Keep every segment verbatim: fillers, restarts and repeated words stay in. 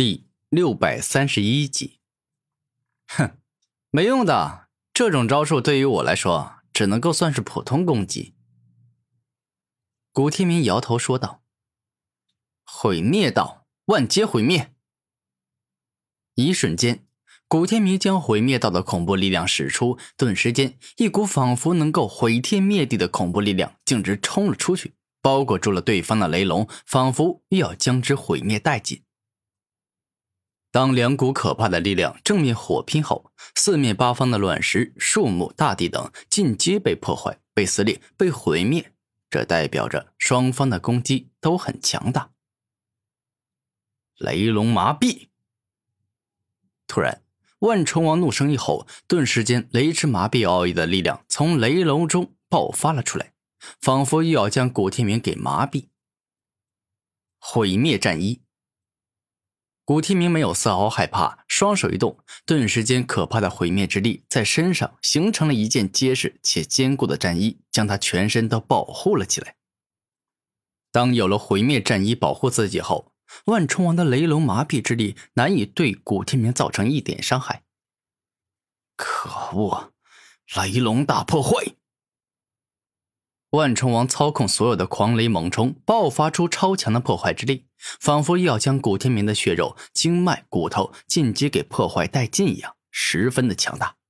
第六百三十一集。哼，没用的，这种招数对于我来说只能够算是普通攻击。古天明摇头说道。毁灭道，万劫毁灭。一瞬间，古天明将毁灭道的恐怖力量使出，顿时间一股仿佛能够毁天灭地的恐怖力量径直冲了出去，包裹住了对方的雷龙，仿佛又要将之毁灭殆尽。当两股可怕的力量正面火拼后，四面八方的卵石、树木、大地等尽皆被破坏、被撕裂、被毁灭，这代表着双方的攻击都很强大。雷龙麻痹！突然，万虫王怒声一吼，顿时间雷之麻痹奥义的力量从雷龙中爆发了出来，仿佛又要将古天明给麻痹。毁灭战衣！古天明没有丝毫害怕，双手一动，顿时间可怕的毁灭之力在身上形成了一件结实且坚固的战衣，将他全身都保护了起来。当有了毁灭战衣保护自己后，万虫王的雷龙麻痹之力难以对古天明造成一点伤害。可恶，雷龙大破坏！万虫王操控所有的狂雷猛冲，爆发出超强的破坏之力，仿佛要将古天明的血肉、经脉、骨头尽皆给破坏殆尽一样，十分的强大。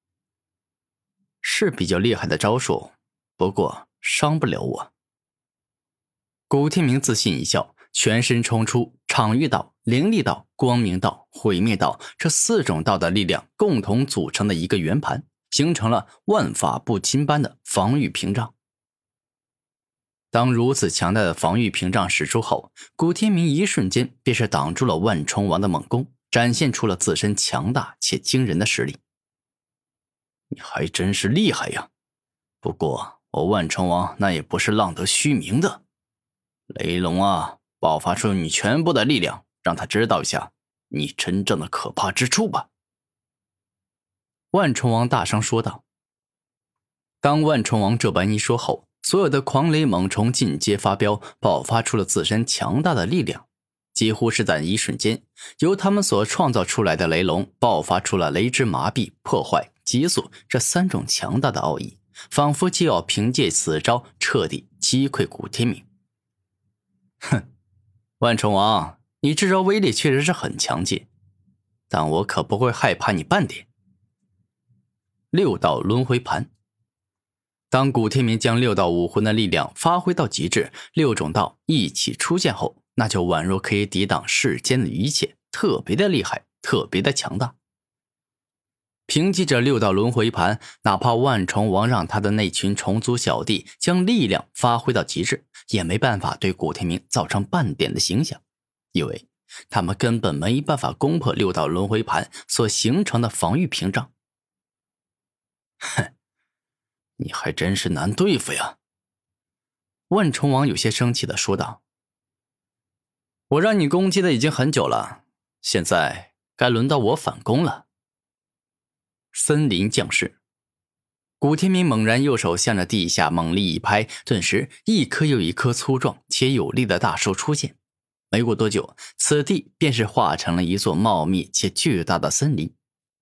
是比较厉害的招数，不过伤不了我。古天明自信一笑，全身冲出场域道、灵力道、光明道、毁灭道这四种道的力量共同组成的一个圆盘，形成了万法不侵般的防御屏障。当如此强大的防御屏障使出后，古天明一瞬间便是挡住了万虫王的猛攻，展现出了自身强大且惊人的实力。你还真是厉害呀！不过我万虫王那也不是浪得虚名的。雷龙啊，爆发出你全部的力量，让他知道一下你真正的可怕之处吧。万虫王大声说道。当万虫王这般一说后，所有的狂雷猛虫尽皆发飙，爆发出了自身强大的力量，几乎是在一瞬间，由他们所创造出来的雷龙爆发出了雷之麻痹、破坏、急速这三种强大的奥义，仿佛就要凭借此招彻底击溃古天明。哼，万虫王，你这招威力确实是很强劲，但我可不会害怕你半点。六道轮回盘。当古天明将六道武魂的力量发挥到极致，六种道一起出现后，那就宛若可以抵挡世间的一切，特别的厉害，特别的强大。凭借着六道轮回盘，哪怕万虫王让他的那群虫族小弟将力量发挥到极致，也没办法对古天明造成半点的影响，因为他们根本没办法攻破六道轮回盘所形成的防御屏障。哼，你还真是难对付呀！万虫王有些生气地说道。我让你攻击的已经很久了，现在该轮到我反攻了。森林将士。古天明猛然右手向着地下猛力一拍，顿时一棵又一棵粗壮且有力的大树出现。没过多久，此地便是化成了一座茂密且巨大的森林。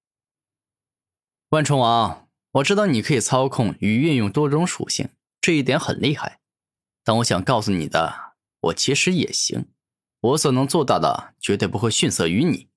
万虫王，我知道你可以操控与运用多种属性，这一点很厉害。但我想告诉你的，我其实也行，我所能做到的绝对不会逊色于你。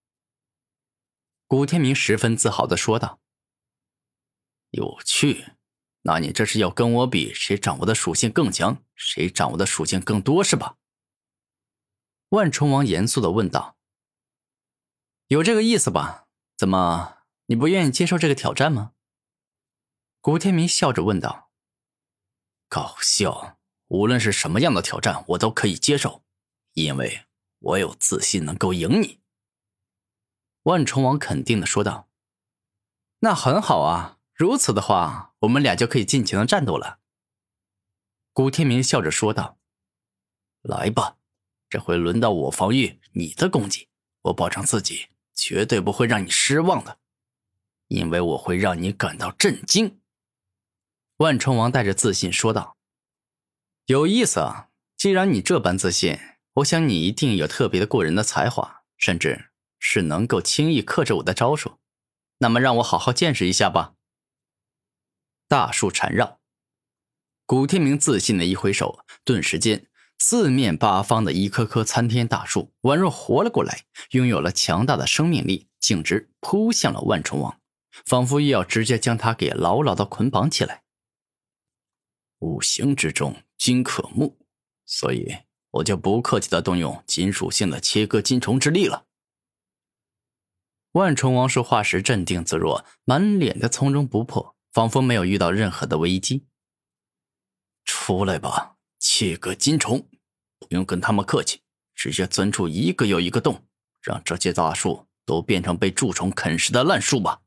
古天明十分自豪地说道。有趣，那你这是要跟我比谁掌握的属性更强，谁掌握的属性更多是吧？万虫王严肃地问道。有这个意思吧？怎么，你不愿意接受这个挑战吗？古天明笑着问道。搞笑，无论是什么样的挑战我都可以接受，因为我有自信能够赢你。万虫王肯定地说道。那很好啊，如此的话我们俩就可以尽情的战斗了。古天明笑着说道。来吧，这回轮到我防御你的攻击，我保证自己绝对不会让你失望的，因为我会让你感到震惊。万虫王带着自信说道。有意思啊，既然你这般自信，我想你一定有特别的过人的才华， 甚至是能够轻易克制我的招数。那么让我好好见识一下吧。大树缠绕，古天明自信的一挥手，顿时间四面八方的一棵棵参天大树宛若活了过来，拥有了强大的生命力，径直扑向了万虫王，仿佛又要直接将他给牢牢的捆绑起来。五行之中金可木，所以我就不客气的动用金属性的切割金虫之力了。万虫王说话时镇定自若，满脸的从容不迫，仿佛没有遇到任何的危机。出来吧，切割金虫，不用跟他们客气，直接钻出一个又一个洞，让这些大树都变成被蛀虫啃食的烂树吧。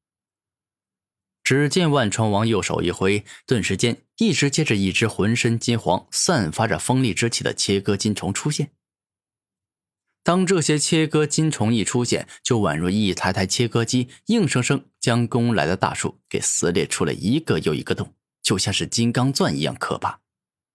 只见万虫王右手一挥，顿时间一只接着一只浑身金黄散发着锋利之气的切割金虫出现。当这些切割金虫一出现，就宛若一台台切割机，硬生生将攻来的大树给撕裂出了一个又一个洞，就像是金刚钻一样可怕。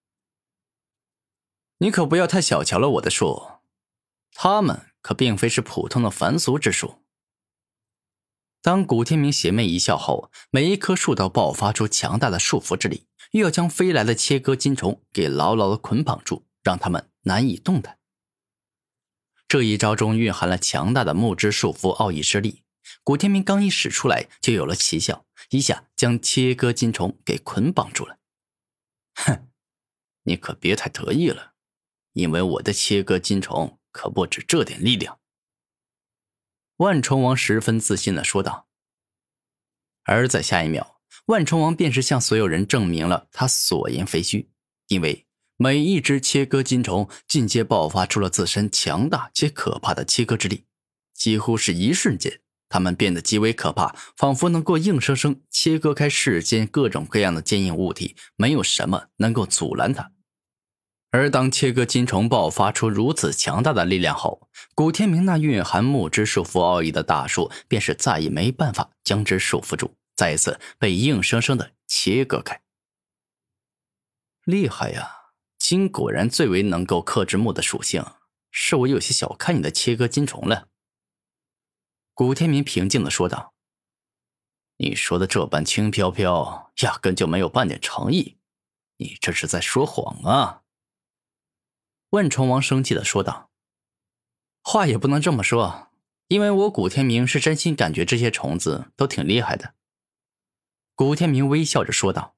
你可不要太小瞧了我的树，它们可并非是普通的凡俗之树。当古天明邪魅一笑后，每一棵树都爆发出强大的束缚之力，又要将飞来的切割金虫给牢牢的捆绑住，让它们难以动弹。这一招中蕴含了强大的木之束缚奥义之力，古天明刚一使出来就有了奇效，一下将切割金虫给捆绑住了。哼，你可别太得意了，因为我的切割金虫可不止这点力量。万虫王十分自信地说道。而在下一秒，万虫王便是向所有人证明了他所言非虚，因为每一只切割金虫尽皆爆发出了自身强大且可怕的切割之力，几乎是一瞬间，它们变得极为可怕，仿佛能够硬生生切割开世间各种各样的坚硬物体，没有什么能够阻拦它。而当切割金虫爆发出如此强大的力量后，古天明那蕴含木之束缚奥义的大树便是再也没办法将之束缚住，再次被硬生生的切割开。厉害呀，金果然最为能够克制木的属性，是我有些小看你的切割金虫了。古天明平静地说道。你说的这般轻飘飘，压根就没有半点诚意，你这是在说谎啊。万虫王生气地说道。话也不能这么说，因为我古天明是真心感觉这些虫子都挺厉害的。古天明微笑着说道。